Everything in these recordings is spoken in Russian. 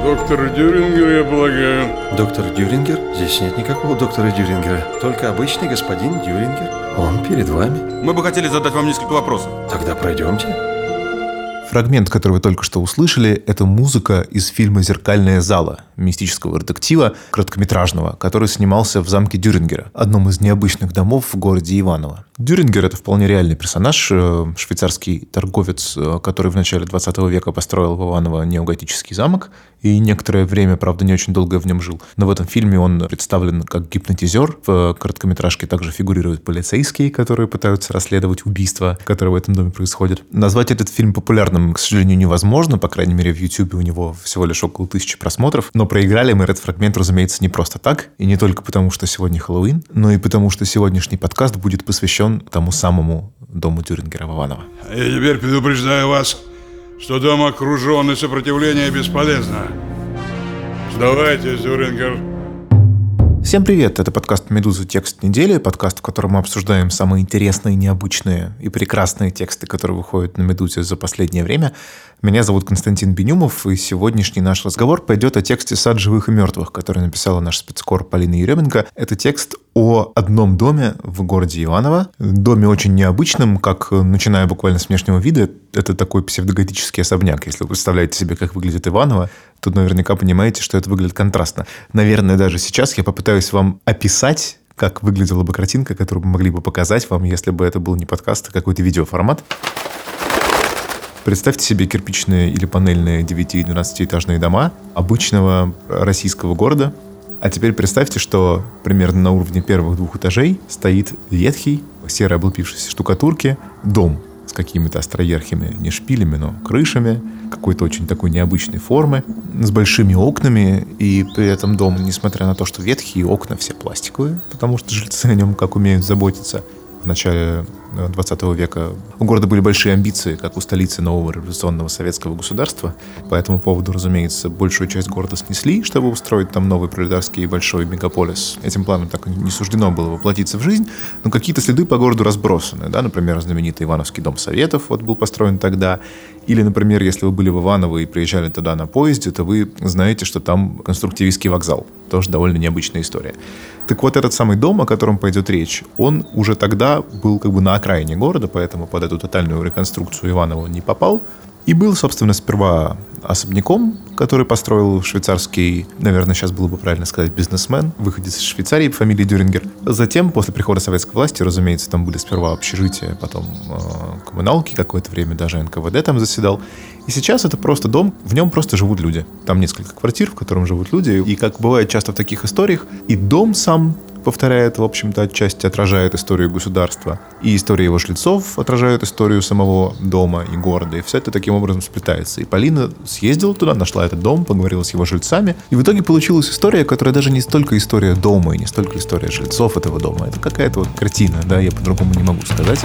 Доктор Дюрингер, я полагаю. Доктор Дюрингер? Здесь нет никакого доктора Дюрингера. Только обычный господин Дюрингер. Он перед вами. Мы бы хотели задать вам несколько вопросов. Тогда пройдемте. Фрагмент, который вы только что услышали, это музыка из фильма «Зеркальная зала» мистического детектива, короткометражного, который снимался в замке Дюрингера, одном из необычных домов в городе Иваново. Дюрингер – это вполне реальный персонаж, швейцарский торговец, который в начале 20 века построил в Иваново неоготический замок и некоторое время, правда, не очень долго в нем жил. Но в этом фильме он представлен как гипнотизер. В короткометражке также фигурируют полицейские, которые пытаются расследовать убийства, которые в этом доме происходят. Назвать этот фильм популярным, к сожалению, невозможно. По крайней мере, в YouTube у него всего лишь около 1000 просмотров. Но проиграли мы этот фрагмент, разумеется, не просто так. И не только потому, что сегодня Хэллоуин, но и потому, что сегодняшний подкаст будет посвящен тому самому дому Дюрингера в Иваново. Я теперь предупреждаю вас, что дом окружен и сопротивление бесполезно. Сдавайтесь, Дюрингер. Всем привет! Это подкаст «Медуза. Текст недели», подкаст, в котором мы обсуждаем самые интересные, необычные и прекрасные тексты, которые выходят на «Медузе» за последнее время. Меня зовут Константин Бенюмов, и сегодняшний наш разговор пойдет о тексте «Сад живых и мертвых», который написала наш спецкор Полина Еременко. Это текст о одном доме в городе Иваново. Доме очень необычном, как, начиная буквально с внешнего вида, это такой псевдоготический особняк. Если вы представляете себе, как выглядит Иваново, то наверняка понимаете, что это выглядит контрастно. Наверное, даже сейчас я попытаюсь вам описать, как выглядела бы картинка, которую мы могли бы показать вам, если бы это был не подкаст, а какой-то видеоформат. Представьте себе кирпичные или панельные 9- и 12-этажные дома обычного российского города. А теперь представьте, что примерно на уровне первых 2 этажей стоит ветхий, серой облупившейся штукатурки дом с какими-то островерхими, не шпилями, но крышами, какой-то очень такой необычной формы, с большими окнами, и при этом дом, несмотря на то, что ветхие, окна все пластиковые, потому что жильцы о нем как умеют заботиться. В начале 20 века у города были большие амбиции, как у столицы нового революционного советского государства. По этому поводу, разумеется, большую часть города снесли, чтобы устроить там новый пролетарский большой мегаполис. Этим планом так и не суждено было воплотиться в жизнь, но какие-то следы по городу разбросаны. Да? Например, знаменитый Ивановский дом Советов вот был построен тогда. Или, например, если вы были в Иваново и приезжали туда на поезде, то вы знаете, что там конструктивистский вокзал. Тоже довольно необычная история. Так вот, этот самый дом, о котором пойдет речь, он уже тогда был как бы на окраине города, поэтому под эту тотальную реконструкцию Иванова не попал. И был, собственно, сперва особняком, который построил швейцарский, наверное, сейчас было бы правильно сказать, бизнесмен, выходец из Швейцарии по фамилии Дюрингер. Затем, после прихода советской власти, разумеется, там были сперва общежития, потом коммуналки, какое-то время даже НКВД там заседал. И сейчас это просто дом, в нем просто живут люди. Там несколько квартир, в котором живут люди. И, как бывает часто в таких историях, и дом сам повторяет, в общем-то, отчасти отражает историю государства. И история его жильцов отражает историю самого дома и города. И все это таким образом сплетается. И Полина съездила туда, нашла этот дом, поговорила с его жильцами. И в итоге получилась история, которая даже не столько история дома и не столько история жильцов этого дома. Это какая-то вот картина, да, я по-другому не могу сказать.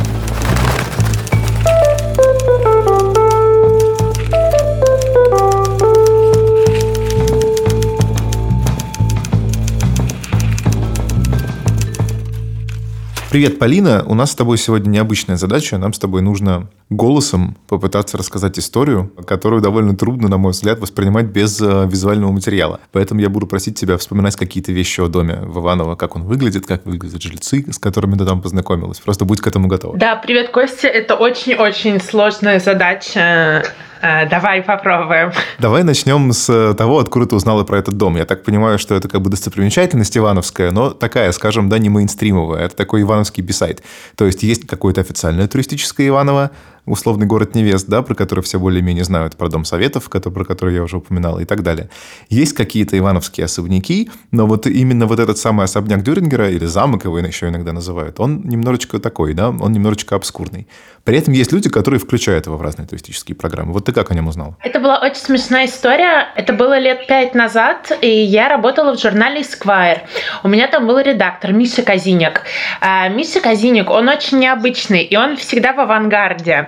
Привет, Полина. У нас с тобой сегодня необычная задача. Нам с тобой нужно голосом попытаться рассказать историю, которую довольно трудно, на мой взгляд, воспринимать без визуального материала. Поэтому я буду просить тебя вспоминать какие-то вещи о доме в Иваново, как он выглядит, как выглядят жильцы, с которыми ты там познакомилась. Просто будь к этому готова. Да, привет, Костя. Это очень-очень сложная задача. Давай попробуем. Давай начнем с того, откуда ты узнала про этот дом. Я так понимаю, что это как бы достопримечательность ивановская, но такая, скажем, да, не мейнстримовая. Это такой ивановский бисайд. То есть есть какое-то официальное туристическое Иваново, условный город невест, да, про который все более-менее знают, про Дом Советов, про который я уже упоминал, и так далее. Есть какие-то ивановские особняки, но вот именно вот этот самый особняк Дюрингера, или замок его еще иногда называют, он немножечко такой, да, он немножечко обскурный. При этом есть люди, которые включают его в разные туристические программы. Вот ты как о нем узнал? Это была очень смешная история. Это было лет 5 назад, и я работала в журнале Esquire. У меня там был редактор Миша Казиняк. Миша Казиняк, он очень необычный, и он всегда в авангарде.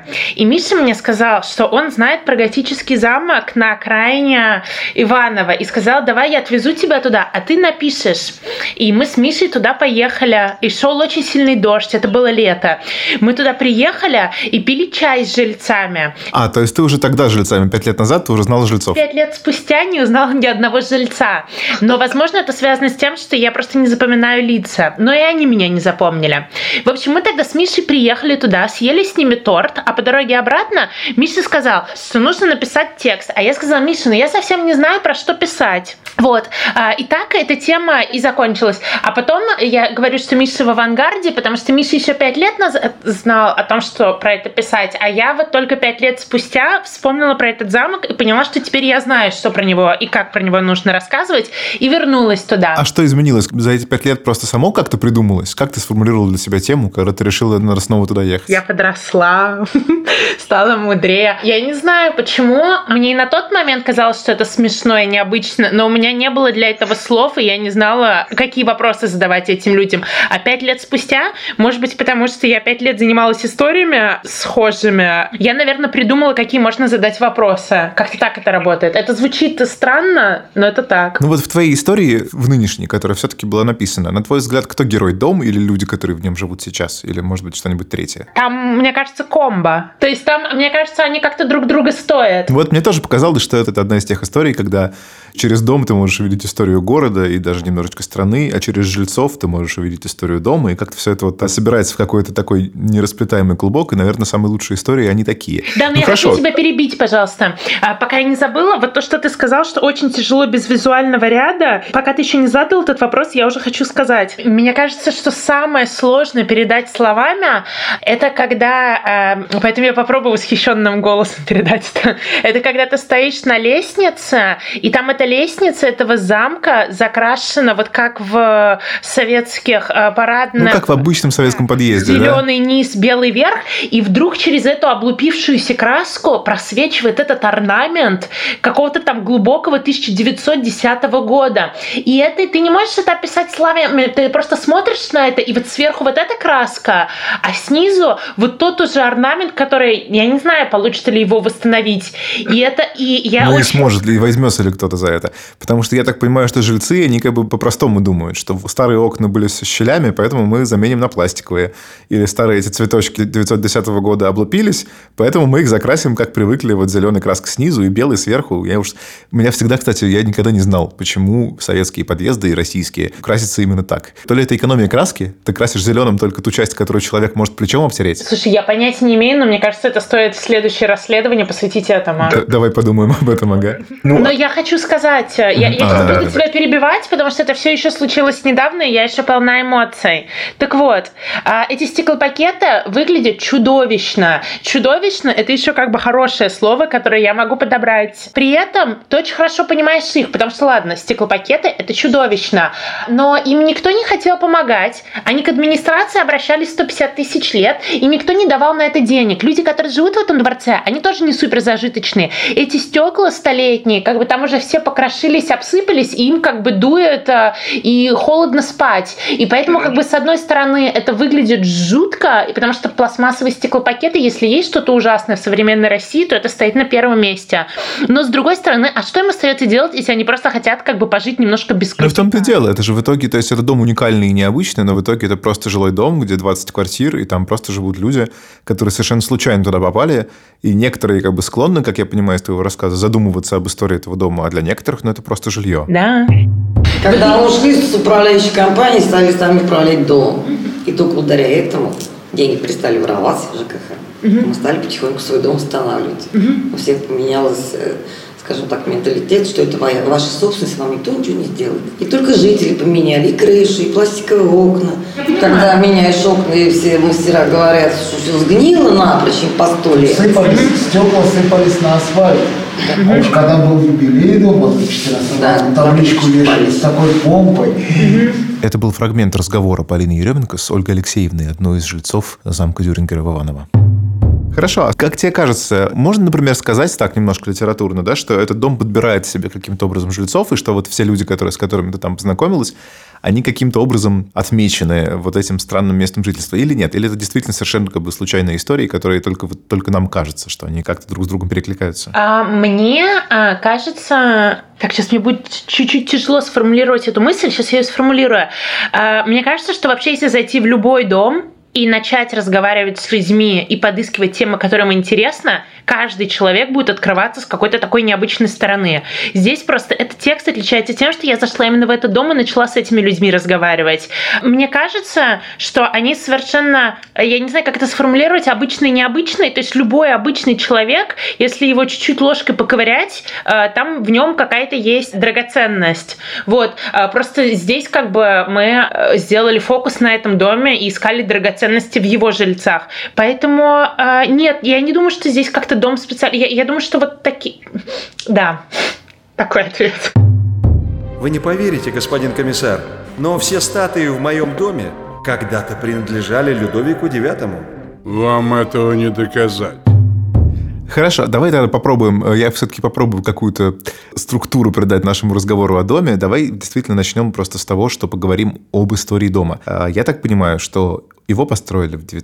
И Миша мне сказал, что он знает про готический замок на окраине Иваново. И сказал, давай я отвезу тебя туда, а ты напишешь. И мы с Мишей туда поехали. И шел очень сильный дождь, это было лето. Мы туда приехали и пили чай с жильцами. То есть ты уже тогда с жильцами, 5 лет назад, ты уже знал жильцов? 5 лет спустя не узнала ни одного жильца. Но, возможно, это связано с тем, что я просто не запоминаю лица. Но и они меня не запомнили. В общем, мы тогда с Мишей приехали туда, съели с ними торт, а по дороге обратно Миша сказал, что нужно написать текст. А я сказала, Миша, я совсем не знаю, про что писать. Вот. И так эта тема и закончилась. А потом я говорю, что Миша в авангарде, потому что Миша еще 5 лет назад знал о том, что про это писать. А я вот только 5 лет спустя вспомнила про этот замок и поняла, что теперь я знаю, что про него и как про него нужно рассказывать, и вернулась туда. А что изменилось? За эти 5 лет просто само как-то придумалось? Как ты сформулировала для себя тему, когда ты решила снова туда ехать? Я подросла, стала мудрее. Я не знаю, почему. Мне и на тот момент казалось, что это смешно и необычно, но у меня не было для этого слов, и я не знала, какие вопросы задавать этим людям. А 5 лет спустя, может быть, потому что я 5 лет занималась историями схожими, я, наверное, придумала, какие можно задать вопросы. Как-то так это работает. Это звучит странно, но это так. Ну вот в твоей истории, в нынешней, которая все-таки была написана, на твой взгляд, кто герой? Дом или люди, которые в нем живут сейчас? Или, может быть, что-нибудь третье? Там, мне кажется, комбо. То есть там, мне кажется, они как-то друг друга стоят. Вот мне тоже показалось, что это одна из тех историй, когда через дом ты можешь увидеть историю города и даже немножечко страны, а через жильцов ты можешь увидеть историю дома, и как-то все это вот собирается в какой-то такой нерасплетаемый клубок, и, наверное, самые лучшие истории, они такие. Да, но я хочу тебя перебить, пожалуйста. Пока я не забыла, вот то, что ты сказал, что очень тяжело без визуального ряда, пока ты еще не задал этот вопрос, я уже хочу сказать. Мне кажется, что самое сложное передать словами, это когда... Поэтому я попробую восхищенным голосом передать это. Это когда ты стоишь на лестнице, и там эта лестница этого замка закрашена вот как в советских парадных... Ну, как в обычном советском подъезде, зеленый низ, белый верх, и вдруг через эту облупившуюся краску просвечивает этот орнамент какого-то там глубокого 1910 года. И это ты не можешь это описать словами, ты просто смотришь на это, и вот сверху вот эта краска, а снизу вот тот уже орнамент, который, я не знаю, получится ли его восстановить. И это, и я не сможет ли, возьмется ли кто-то за это. Потому что я так понимаю, что жильцы, они как бы по-простому думают, что старые окна были с щелями, поэтому мы заменим на пластиковые. Или старые эти цветочки 1910 года облупились, поэтому мы их закрасим, как привыкли, вот зеленой краской снизу и белой сверху. Меня всегда, кстати, я никогда не знал, почему советские подъезды и российские красятся именно так. То ли это экономия краски, ты красишь зеленым только ту часть, которую человек может плечом обтереть. Слушай, я понятия не имею, но мне кажется, это стоит следующее расследование посвятить этому. Давай подумаем об этом, ага. Но я хочу сказать, я не буду тебя перебивать, потому что это все еще случилось недавно, и я еще полна эмоций. Так вот, эти стеклопакеты выглядят чудовищно. Чудовищно – это еще как бы хорошее слово, которое я могу подобрать. При этом ты очень хорошо понимаешь их, потому что, ладно, стеклопакеты – это чудовищно, но им никто не хотел помогать. Они к администрации обращались 150 тысяч лет, и никто не давал на это денег. Люди, которые живут в этом дворце, они тоже не супер зажиточные. Эти стекла столетние, как бы там уже все покрошились, обсыпались, и им как бы дует и холодно спать. И поэтому как бы с одной стороны это выглядит жутко, потому что пластмассовые стеклопакеты, если есть что-то ужасное в современной России, то это стоит на первом месте. Но с другой стороны, а что им остается делать, если они просто хотят как бы пожить немножко без критики? Ну, в том-то и дело. Это же в итоге, то есть это дом уникальный и необычный, но в итоге это просто жилой дом, где 20 квартир, и там просто живут люди, которые совершенно случайно туда попали, и некоторые как бы склонны, как я понимаю из твоего рассказа, задумываться об истории этого дома, а для некоторых, ну, это просто жилье. Да. Когда мы ушли с управляющей компанией, стали сами управлять домом. И только благодаря этому деньги перестали вороваться в ЖКХ. Мы стали потихоньку свой дом восстанавливать. У всех поменялось, скажем так, менталитет, что это ваша собственность, вам никто ничего не сделает. И только жители поменяли и крышу, и пластиковые окна. Когда меняешь окна, и все мастера говорят, что все сгнило напрочь по 100 лет. Стекла сыпались на асфальт. А уж когда был юбилей дома, в 14 году, табличку вешали с такой помпой. Это был фрагмент разговора Полины Еременко с Ольгой Алексеевной, одной из жильцов замка Дюрингера в Иваново. Хорошо, а как тебе кажется, можно, например, сказать так немножко литературно, да, что этот дом подбирает себе каким-то образом жильцов, и что вот все люди, с которыми ты там познакомилась, они каким-то образом отмечены вот этим странным местом жительства или нет? Или это действительно совершенно случайные истории, которые только нам кажется, что они как-то друг с другом перекликаются? Мне кажется... Так, сейчас мне будет чуть-чуть тяжело сформулировать эту мысль, сейчас я ее сформулирую. Мне кажется, что вообще, если зайти в любой дом и начать разговаривать с людьми и подыскивать темы, которым интересно, каждый человек будет открываться с какой-то такой необычной стороны. Здесь просто этот текст отличается тем, что я зашла именно в этот дом и начала с этими людьми разговаривать. Мне кажется, что они совершенно, я не знаю, как это сформулировать, обычные, необычные. То есть любой обычный человек, если его чуть-чуть ложкой поковырять, там в нем какая-то есть драгоценность. Вот. Просто здесь как бы мы сделали фокус на этом доме и искали драгоценности в его жильцах. Поэтому нет, я не думаю, что здесь как-то дом специально. Я думаю, что вот такие... Да, такой ответ. Вы не поверите, господин комиссар, но все статуи в моем доме когда-то принадлежали Людовику IX. Вам этого не доказать. Хорошо, давай тогда попробуем, я все-таки попробую какую-то структуру придать нашему разговору о доме. Давай действительно начнем просто с того, что поговорим об истории дома. Я так понимаю, что его построили в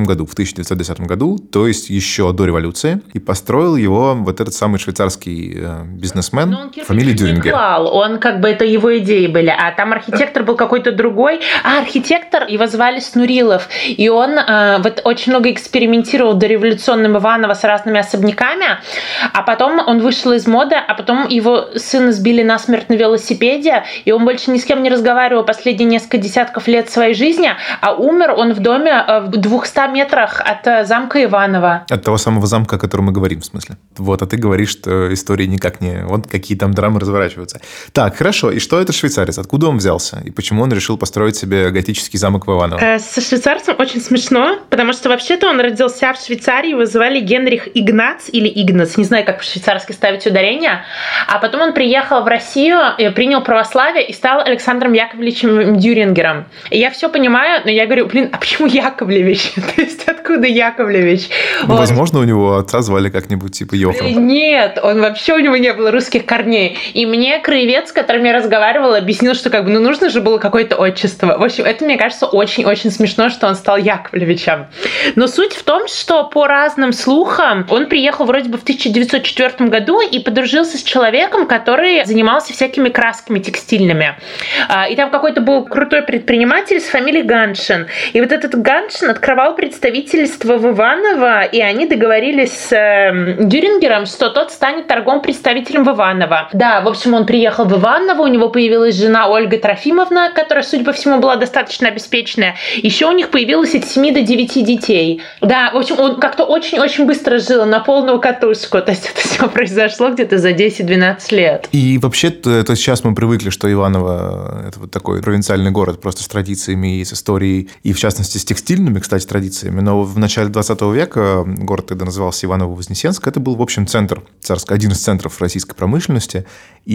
1910 году, то есть еще до революции, и построил его вот этот самый швейцарский бизнесмен фамилией Дюрингер. Он как бы это его идеи были, а там архитектор был какой-то другой. Архитектор, его звали Снурилов, и он вот очень много экспериментировал до революционным Иваново с разными особняками, а потом он вышел из моды, а потом его сына сбили насмерть на велосипеде, и он больше ни с кем не разговаривал последние несколько десятков лет своей жизни, а умер он в доме в 200 метрах от замка Иваново. От того самого замка, о котором мы говорим, в смысле. Вот, а ты говоришь, что истории никак не... Вот какие там драмы разворачиваются. Так, хорошо. И что это швейцарец? Откуда он взялся? И почему он решил построить себе готический замок в Иваново? Со швейцарцем очень смешно, потому что вообще-то он родился в Швейцарии, его звали Генрих Игнац или Игнац, не знаю, как по-швейцарски ставить ударение. А потом он приехал в Россию, принял православие и стал Александром Яковлевичем Дюрингером. И я все понимаю, но я говорю, а почему Яковлевич? То есть откуда Яковлевич? Ну, возможно, у него отца звали как-нибудь типа Йохан. Нет, он вообще, у него не было русских корней. И мне краевед, с которым я разговаривала, объяснил, что как бы, нужно же было какое-то отчество. В общем, это, мне кажется, очень-очень смешно, что он стал Яковлевичем. Но суть в том, что по разным слухам он приехал вроде бы в 1904 году и подружился с человеком, который занимался всякими красками текстильными. И там какой-то был крутой предприниматель с фамилией Ганшин. И вот этот Ганшин открывал представительство в Иваново, и они договорились с Дюрингером, что тот станет торговым представителем в Иваново. Да, в общем, он приехал в Иваново, у него появилась жена Ольга Трофимовна, которая, судя по всему, была достаточно обеспеченная. Еще у них появилось от 7 до 9 детей. Да, в общем, он как-то очень-очень быстро жил на полную катушку. То есть это все произошло где-то за 10-12 лет. И вообще-то сейчас мы привыкли, что Иваново – это вот такой провинциальный город просто с традициями и с историей, и в частности с текстильными, кстати, традициями. Но в начале 20 века город тогда назывался Иваново-Вознесенск. Это был, в общем, центр царский, один из центров российской промышленности.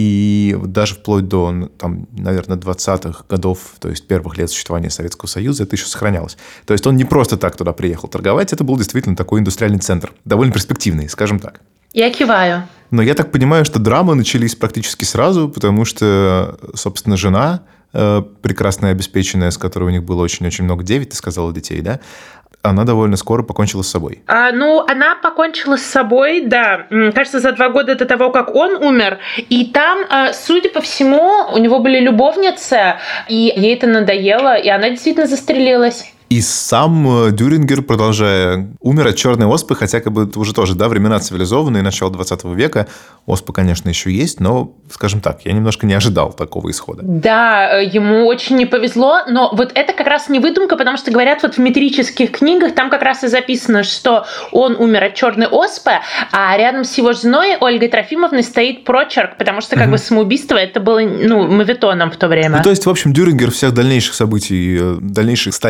И даже вплоть до, там, наверное, 20-х годов, то есть первых лет существования Советского Союза, это еще сохранялось. То есть он не просто так туда приехал торговать, это был действительно такой индустриальный центр. Довольно перспективный, скажем так. Я киваю. Но я так понимаю, что драмы начались практически сразу, потому что, собственно, жена, прекрасная, обеспеченная, с которой у них было очень-очень много, 9, ты сказала, детей, да? Она довольно скоро покончила с собой. Она покончила с собой, да, кажется, за 2 года до того, как он умер. И там, судя по всему, у него были любовницы, и ей это надоело, и она действительно застрелилась. И сам Дюрингер, продолжая, умер от черной оспы, хотя как бы это уже тоже, да, времена цивилизованные, начало 20 века. Оспа, конечно, еще есть, но, скажем так, я немножко не ожидал такого исхода. Да, ему очень не повезло, но вот это как раз не выдумка, потому что, говорят, вот в метрических книгах там как раз и записано, что он умер от черной оспы, а рядом с его женой Ольгой Трофимовной стоит прочерк, потому что как бы самоубийство это было, моветоном в то время. Ну, то есть, в общем, Дюрингер всех дальнейших событий, дальнейших 100 лет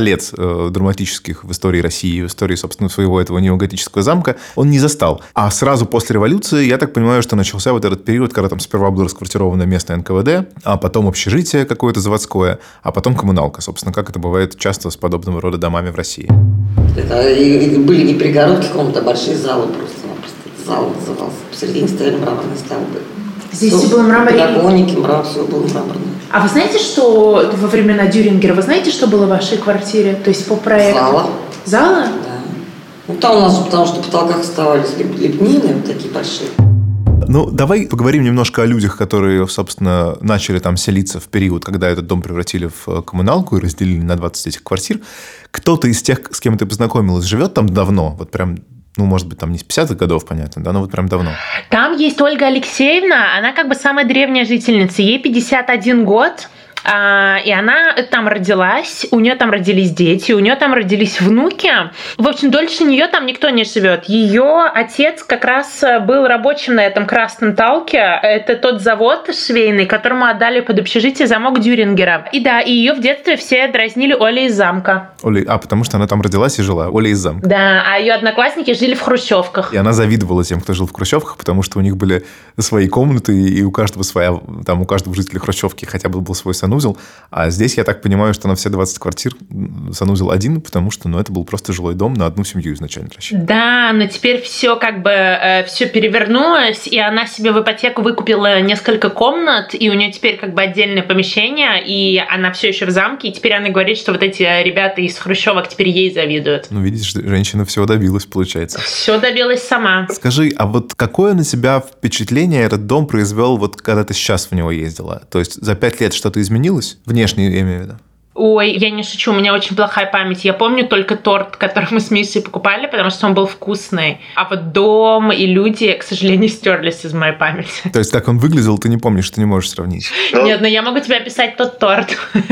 драматических в истории России, в истории, собственно, своего этого неоготического замка, он не застал. А сразу после революции, я так понимаю, что начался вот этот период, когда там сперва было расквартировано местное НКВД, а потом общежитие какое-то заводское, а потом коммуналка, собственно, как это бывает часто с подобного рода домами в России. Это и были не перегородки комнаты, а большие залы просто. Зал назывался. Посередине стояли мраморные столбы. Здесь все было мраморное. Подоконники, все было мраморное. А вы знаете, что во времена Дюрингера, вы знаете, что было в вашей квартире? То есть по проекту? Зала. Зала? Да. Ну, там у нас, потому что в потолках оставались лепнины, вот такие большие. Ну, давай поговорим немножко о людях, которые, собственно, начали там селиться в период, когда этот дом превратили в коммуналку и разделили на 20 этих квартир. Кто-то из тех, с кем ты познакомилась, живет там давно? Вот прям... Ну, может быть, там не с 50-х годов, понятно, да, но вот прям давно. Там есть Ольга Алексеевна, она как бы самая древняя жительница, ей 51 год. И она там родилась, у нее там родились дети, у нее там родились внуки. В общем, дольше нее там никто не живет. Ее отец как раз был рабочим на этом Красном Талке. Это тот завод швейный, которому отдали под общежитие замок Дюрингера. И да, и ее в детстве все дразнили Олей из замка. Потому что она там родилась и жила. Оля из замка. Да, а ее одноклассники жили в хрущевках. И она завидовала тем, кто жил в хрущевках, потому что у них были свои комнаты, и у каждого своя, там у каждого жителя хрущевки хотя бы был свой санузел. А здесь, я так понимаю, что на все 20 квартир санузел один, потому что, это был просто жилой дом на одну семью изначально рассчитан. Да, но теперь все как бы все перевернулось, и она себе в ипотеку выкупила несколько комнат, и у нее теперь как бы отдельное помещение, и она все еще в замке, и теперь она говорит, что вот эти ребята из хрущевок теперь ей завидуют. Ну, видишь, женщина всего добилась, получается. Все добилась сама. Скажи, а вот какое на тебя впечатление этот дом произвел, вот когда ты сейчас в него ездила? То есть за 5 лет что-то изменилось? Внешне, я имею в виду. Ой, я не шучу, у меня очень плохая память. Я помню только торт, который мы с Мишей покупали, потому что он был вкусный. А вот дом и люди, к сожалению, стерлись из моей памяти. То есть, как он выглядел, ты не помнишь, ты не можешь сравнить? Нет, но я могу тебе описать тот торт.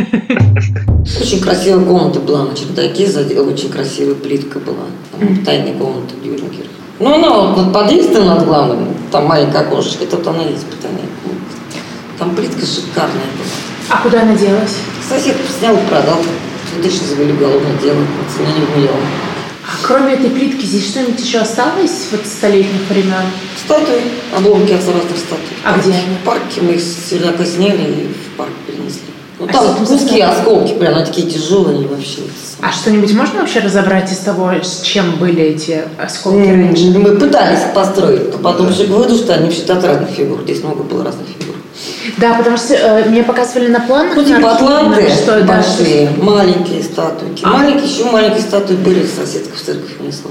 Очень красивая комната была на чердаке, очень красивая плитка была. Там тайная комната Дюрингера. Вот над подъездом, над главным, там маленькое окошечко, тут она есть, потайная комната. Там плитка шикарная была. А куда она делась? Сосед снял и продал. Судично завели уголовное дело. Цена не гуляла. А кроме этой плитки здесь что-нибудь еще осталось вот столетних времен? Статуи, обломки от разных статуй. А где они? В парке мы из Сверляка сняли и в парк перенесли. Там куски, осколки прям, они такие тяжелые, они вообще. А что-нибудь можно вообще разобрать из того, с чем были эти осколки раньше? Мы пытались построить, но потом же говорю, что они вообще от разных фигур. Здесь много было разных фигур. Да, потому что мне показывали на планах. Типа атланты что большие, маленькие статуйки. Еще маленькие статуи были, соседка в церковь внесла.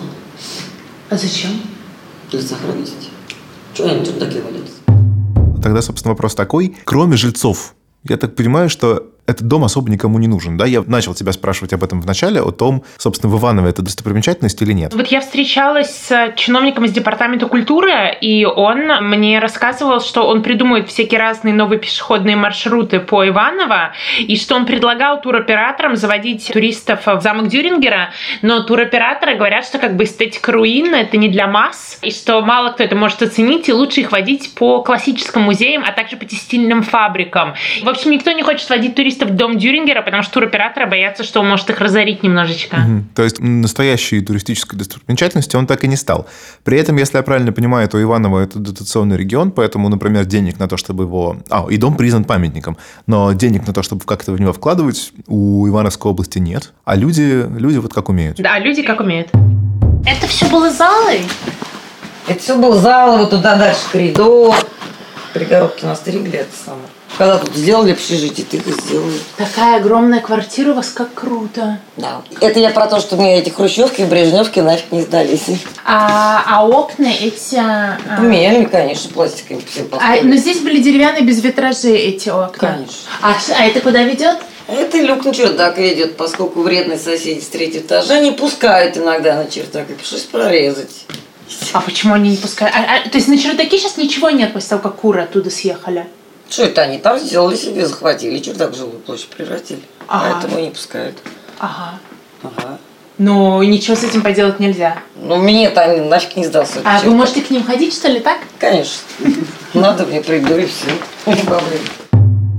А зачем? Для сохранности. Чего они тут такие валяются? Тогда, собственно, вопрос такой. Кроме жильцов, я так понимаю, что этот дом особо никому не нужен, да? Я начал тебя спрашивать об этом в начале, о том, собственно, в Иваново это достопримечательность или нет. Вот я встречалась с чиновником из департамента культуры, и он мне рассказывал, что он придумывает всякие разные новые пешеходные маршруты по Иваново, и что он предлагал туроператорам заводить туристов в замок Дюрингера, но туроператоры говорят, что как бы эстетика руин — это не для масс, и что мало кто это может оценить, и лучше их водить по классическим музеям, а также по текстильным фабрикам. В общем, никто не хочет водить туристов в дом Дюрингера, потому что туроператоры боятся, что он может их разорить немножечко. То есть настоящей туристической достопримечательностью он так и не стал. При этом, если я правильно понимаю, то Иваново – это дотационный регион, поэтому, например, денег на то, чтобы его... и дом признан памятником, но денег на то, чтобы как-то в него вкладывать, у Ивановской области нет. А люди вот как умеют. Да, люди как умеют. Это все было залой? Это все был зал, вот туда дальше коридор. Перегородки настригли, это самое. Когда тут сделали общежитие, ты их сделали. Такая огромная квартира у вас, как круто. Да. Это я про то, что мне эти хрущевки в Брежневке нафиг не сдались. А окна эти... Поменяли, конечно, пластиковыми все поставили. Но здесь были деревянные без витражей эти окна. Конечно. А это куда ведет? Это люк на чердак ведет, поскольку вредные соседи с 3-го этажа не пускают иногда на чердак, и пришлось прорезать. А почему они не пускают? То есть на чердаке сейчас ничего нет после того, как куры оттуда съехали? Что это они там сделали себе, захватили, чердак в жилую площадь превратили. Поэтому и не пускают. Ага. Ага. Но ничего с этим поделать нельзя. Ну, мне-то нафиг не сдался. А вы можете к ним ходить, что ли, так? Конечно. Надо, мне приду и все. Не проблема.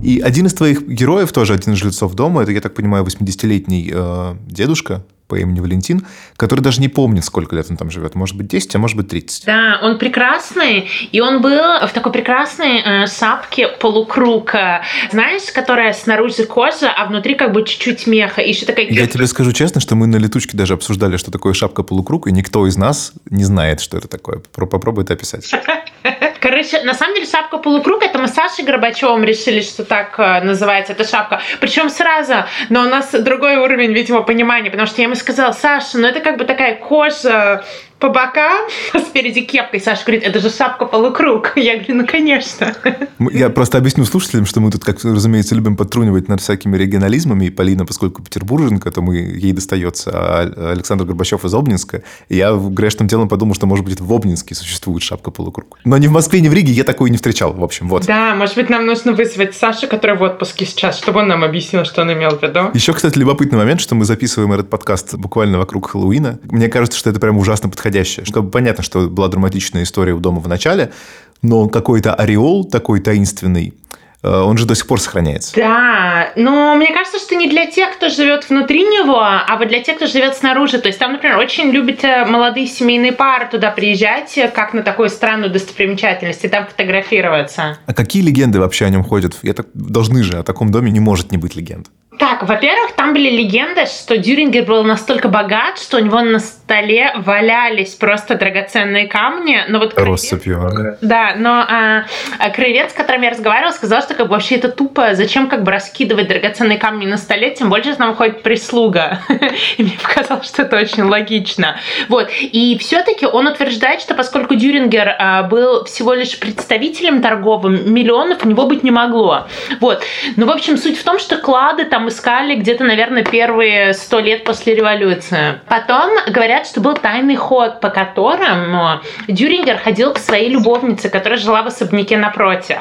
И один из твоих героев, тоже один из жильцов дома, это, я так понимаю, 80-летний дедушка по имени Валентин, который даже не помнит, сколько лет он там живет. Может быть, 10, а может быть, 30. Да, он прекрасный, и он был в такой прекрасной шапке полукруг, знаешь, которая снаружи кожа, а внутри как бы чуть-чуть меха. И еще такая... Я тебе скажу честно, что мы на летучке даже обсуждали, что такое шапка полукруг, и никто из нас не знает, что это такое. Попробуй это описать. Короче, на самом деле шапка полукруг, это мы с Сашей Горбачевым решили, что так называется эта шапка. Причем сразу, но у нас другой уровень, видимо, понимания, потому что я ему сказала: Саша, ну это как бы такая кожа по бокам, а спереди кепка. И Саша говорит: это же шапка полукруг. Я говорю: ну, конечно. Я просто объясню слушателям, что мы тут, как разумеется, любим подтрунивать над всякими регионализмами. И Полина, поскольку петербурженка, то ей достается, а Александр Горбачев из Обнинска. И я грешным делом подумал, что, может быть, в Обнинске существует шапка полукруг. Но ни в Москве, ни в Риге я такой не встречал. В общем, вот. Да, может быть, нам нужно вызвать Сашу, который в отпуске сейчас, чтобы он нам объяснил, что он имел в виду. Еще, кстати, любопытный момент, что мы записываем этот подкаст буквально вокруг Хэллоуина. Мне кажется, что это прям ужасно подходящее. Чтобы понятно, что была драматичная история у дома в начале, но какой-то ореол такой таинственный, он же до сих пор сохраняется. Да, но мне кажется, что не для тех, кто живет внутри него, а вот для тех, кто живет снаружи. То есть там, например, очень любят молодые семейные пары туда приезжать, как на такую странную достопримечательность, и там фотографироваться. А какие легенды вообще о нем ходят? Должны же, о таком доме не может не быть легенд. Так, во-первых, там были легенды, что Дюрингер был настолько богат, что у него на столе валялись просто драгоценные камни. Но вот россыпью. Да, но краевед, с которым я разговаривала, сказал, что как бы вообще это тупо. Зачем как бы раскидывать драгоценные камни на столе, тем больше там ходит прислуга. И мне показалось, что это очень логично. Вот. И все-таки он утверждает, что поскольку Дюрингер был всего лишь представителем торговым, миллионов у него быть не могло. Вот. Ну, в общем, суть в том, что клады там искали где-то, наверное, первые 100 лет после революции. Потом говорят, что был тайный ход, по которому Дюрингер ходил к своей любовнице, которая жила в особняке напротив.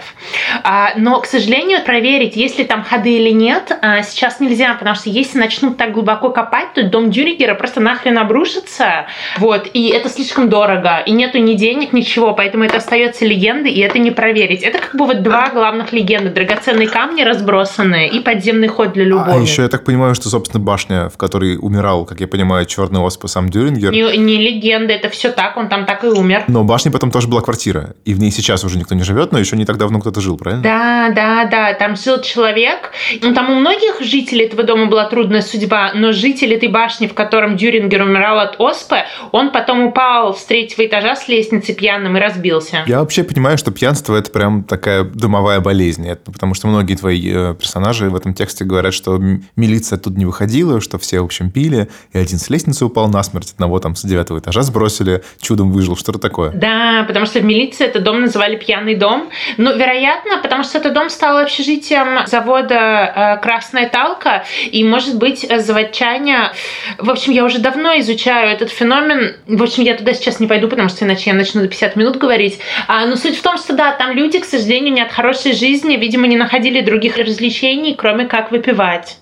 Но, к сожалению, проверить, есть ли там ходы или нет, сейчас нельзя, потому что если начнут так глубоко копать, то дом Дюрингера просто нахрен обрушится. Вот. И это слишком дорого. И нету ни денег, ничего. Поэтому это остается легендой, и это не проверить. Это как бы вот два главных легенды. Драгоценные камни разбросанные и подземный ход для любовницы. А еще я так понимаю, что, собственно, башня, в которой умирал, как я понимаю, черный оспа сам Дюрингер. Не легенда, это все так, он там так и умер. Но в башне потом тоже была квартира. И в ней сейчас уже никто не живет, но еще не так давно кто-то жил, правильно? Да, там жил человек. Ну, там у многих жителей этого дома была трудная судьба, но житель этой башни, в котором Дюрингер умирал от оспы, он потом упал с 3-го этажа с лестницы пьяным и разбился. Я вообще понимаю, что пьянство – это прям такая домовая болезнь. Это потому что многие твои персонажи в этом тексте говорят, что милиция тут не выходила, что все, в общем, пили, и один с лестницы упал насмерть, одного там с 9-го этажа сбросили, чудом выжил, что-то такое. Да, потому что в милиции этот дом называли «пьяный дом». Но, вероятно, потому что этот дом стал общежитием завода «Красная Талка», и, может быть, заводчане... В общем, я уже давно изучаю этот феномен. В общем, я туда сейчас не пойду, потому что иначе я начну до 50 минут говорить. Но суть в том, что да, там люди, к сожалению, не от хорошей жизни, видимо, не находили других развлечений, кроме как выпивать.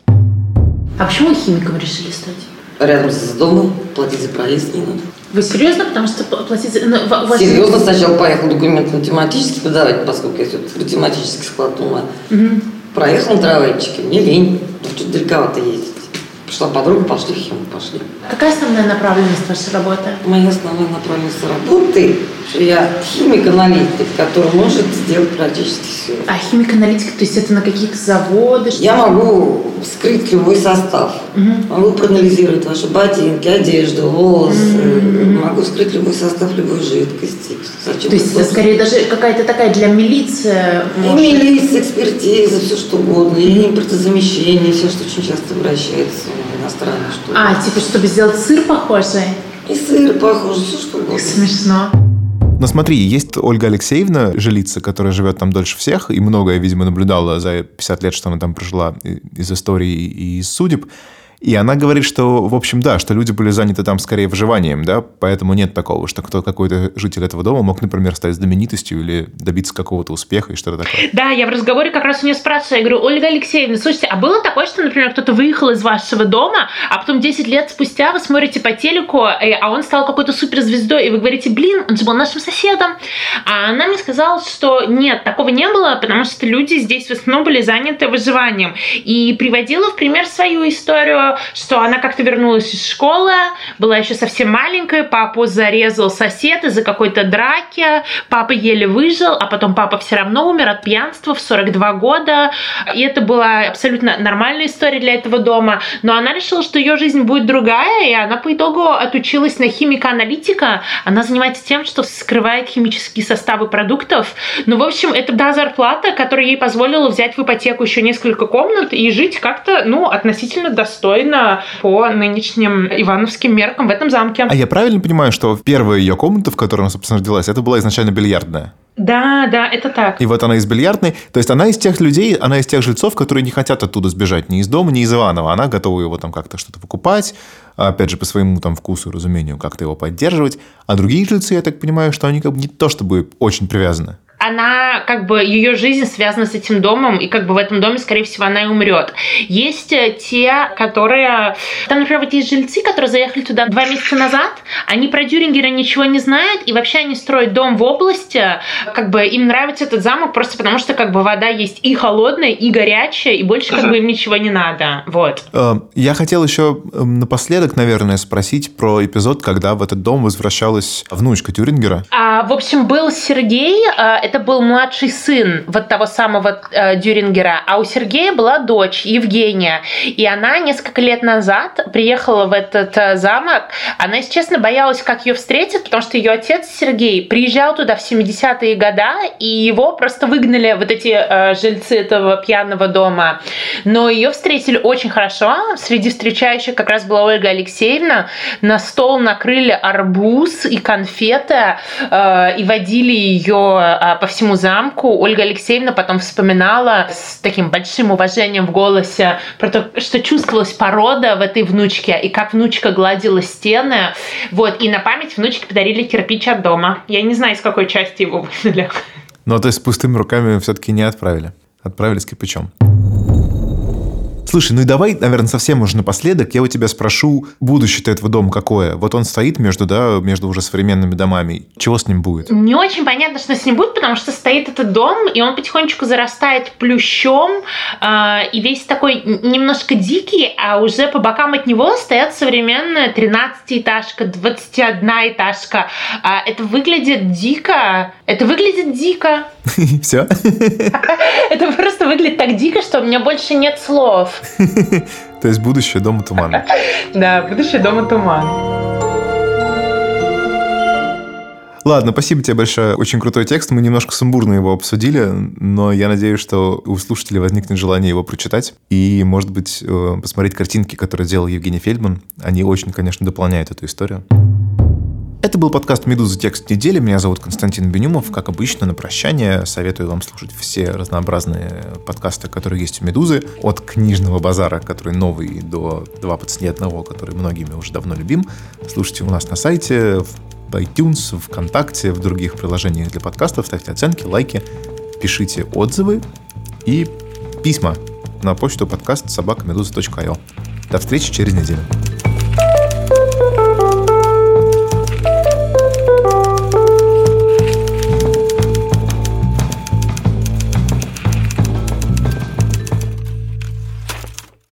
А почему вы химиком решили стать? Рядом с домом, платить за проезд не надо. Вы серьезно? Потому что платить за... Серьезно, сначала поехал документ математический подавать, поскольку я все-таки математический склад ума. Проехал на трамвайчике, мне лень, что-то далековато ездить. Пришла подруга, пошли в химию, пошли. Какая основная направленность вашей работы? Моя основная направленность работы, что я химик-аналитик, который может сделать практически все. А химик-аналитик, то есть это на какие-то заводы? Я могу вскрыть любой состав. Могу проанализировать ваши ботинки, одежду, волосы. Могу вскрыть любой состав любой жидкости. То есть это скорее даже какая-то такая для милиции? И милиция, экспертиза, все что угодно. И импортозамещение, все, что очень часто обращается иностранные штуки. Типа, чтобы сделать сыр похожий? И сыр похожий, все что угодно. Смешно. Но смотри, есть Ольга Алексеевна, жилица, которая живет там дольше всех, и многое, видимо, наблюдала за 50 лет, что она там прожила из истории и из судеб. И она говорит, что, в общем, да, что люди были заняты там скорее выживанием, да, поэтому нет такого, что какой-то житель этого дома мог, например, стать знаменитостью или добиться какого-то успеха и что-то такое. Да, я в разговоре как раз у нее спрашиваю, я говорю: Ольга Алексеевна, слушайте, а было такое, что, например, кто-то выехал из вашего дома, а потом 10 лет спустя вы смотрите по телеку, а он стал какой-то суперзвездой, и вы говорите: блин, он же был нашим соседом. А она мне сказала, что нет, такого не было, потому что люди здесь в основном были заняты выживанием. И приводила в пример свою историю, что она как-то вернулась из школы, была еще совсем маленькая, папу зарезал сосед из-за какой-то драки, папа еле выжил, а потом папа все равно умер от пьянства в 42 года. И это была абсолютно нормальная история для этого дома. Но она решила, что ее жизнь будет другая, и она по итогу отучилась на химика-аналитика. Она занимается тем, что скрывает химические составы продуктов. Ну, в общем, это та зарплата, которая ей позволила взять в ипотеку еще несколько комнат и жить как-то, ну, относительно достойно по нынешним ивановским меркам в этом замке. А я правильно понимаю, что первая ее комната, в которой она, собственно, родилась, это была изначально бильярдная? Да, это так. И вот она из бильярдной. То есть она из тех людей, она из тех жильцов, которые не хотят оттуда сбежать ни из дома, ни из Иванова. Она готова его там как-то что-то покупать, опять же, по своему там вкусу и разумению, как-то его поддерживать. А другие жильцы, я так понимаю, что они как бы не то чтобы очень привязаны. Она, как бы, ее жизнь связана с этим домом, и как бы в этом доме, скорее всего, она и умрет. Есть те, которые... Там, например, вот есть жильцы, которые заехали туда 2 месяца назад, они про Дюрингера ничего не знают, и вообще они строят дом в области, как бы им нравится этот замок просто потому, что как бы вода есть и холодная, и горячая, и больше как бы им ничего не надо. Вот. Я хотел еще напоследок, наверное, спросить про эпизод, когда в этот дом возвращалась внучка Дюрингера. В общем, был Сергей, это был младший сын вот того самого Дюрингера, а у Сергея была дочь Евгения, и она несколько лет назад приехала в этот замок. Она, если честно, боялась, как ее встретят, потому что ее отец Сергей приезжал туда в 70-е годы, и его просто выгнали вот эти жильцы этого пьяного дома. Но ее встретили очень хорошо. Среди встречающих как раз была Ольга Алексеевна. На стол накрыли арбуз и конфеты, и водили ее по всему замку. Ольга Алексеевна потом вспоминала с таким большим уважением в голосе про то, что чувствовалась порода в этой внучке, и как внучка гладила стены. Вот. И на память внучке подарили кирпич от дома. Я не знаю, из какой части его вынули. Ну, то есть с пустыми руками все-таки не отправили. Отправили с кирпичом. Слушай, ну и давай, наверное, совсем уже напоследок я у тебя спрошу, будущее этого дома какое? Вот он стоит между уже современными домами. Чего с ним будет? Не очень понятно, что с ним будет, потому что стоит этот дом, и он потихонечку зарастает плющом, и весь такой немножко дикий, а уже по бокам от него стоят современная 13-этажка, 21-этажка. Это выглядит дико. Все? Это просто выглядит так дико, что у меня больше нет слов. То есть будущее дома тумана. Да, будущее дома туман. Ладно, спасибо тебе большое. Очень крутой текст. Мы немножко сумбурно его обсудили, но я надеюсь, что у слушателей возникнет желание его прочитать и, может быть, посмотреть картинки, которые делал Евгений Фельдман. Они очень, конечно, дополняют эту историю. Это был подкаст «Медуза. Текст недели». Меня зовут Константин Бенюмов. Как обычно, на прощание советую вам слушать все разнообразные подкасты, которые есть у «Медузы». От книжного базара, который новый, до «Два по цене одного», который многими уже давно любим. Слушайте у нас на сайте, в iTunes, в ВКонтакте, в других приложениях для подкастов. Ставьте оценки, лайки, пишите отзывы и письма на почту подкаст@meduza.io. До встречи через неделю.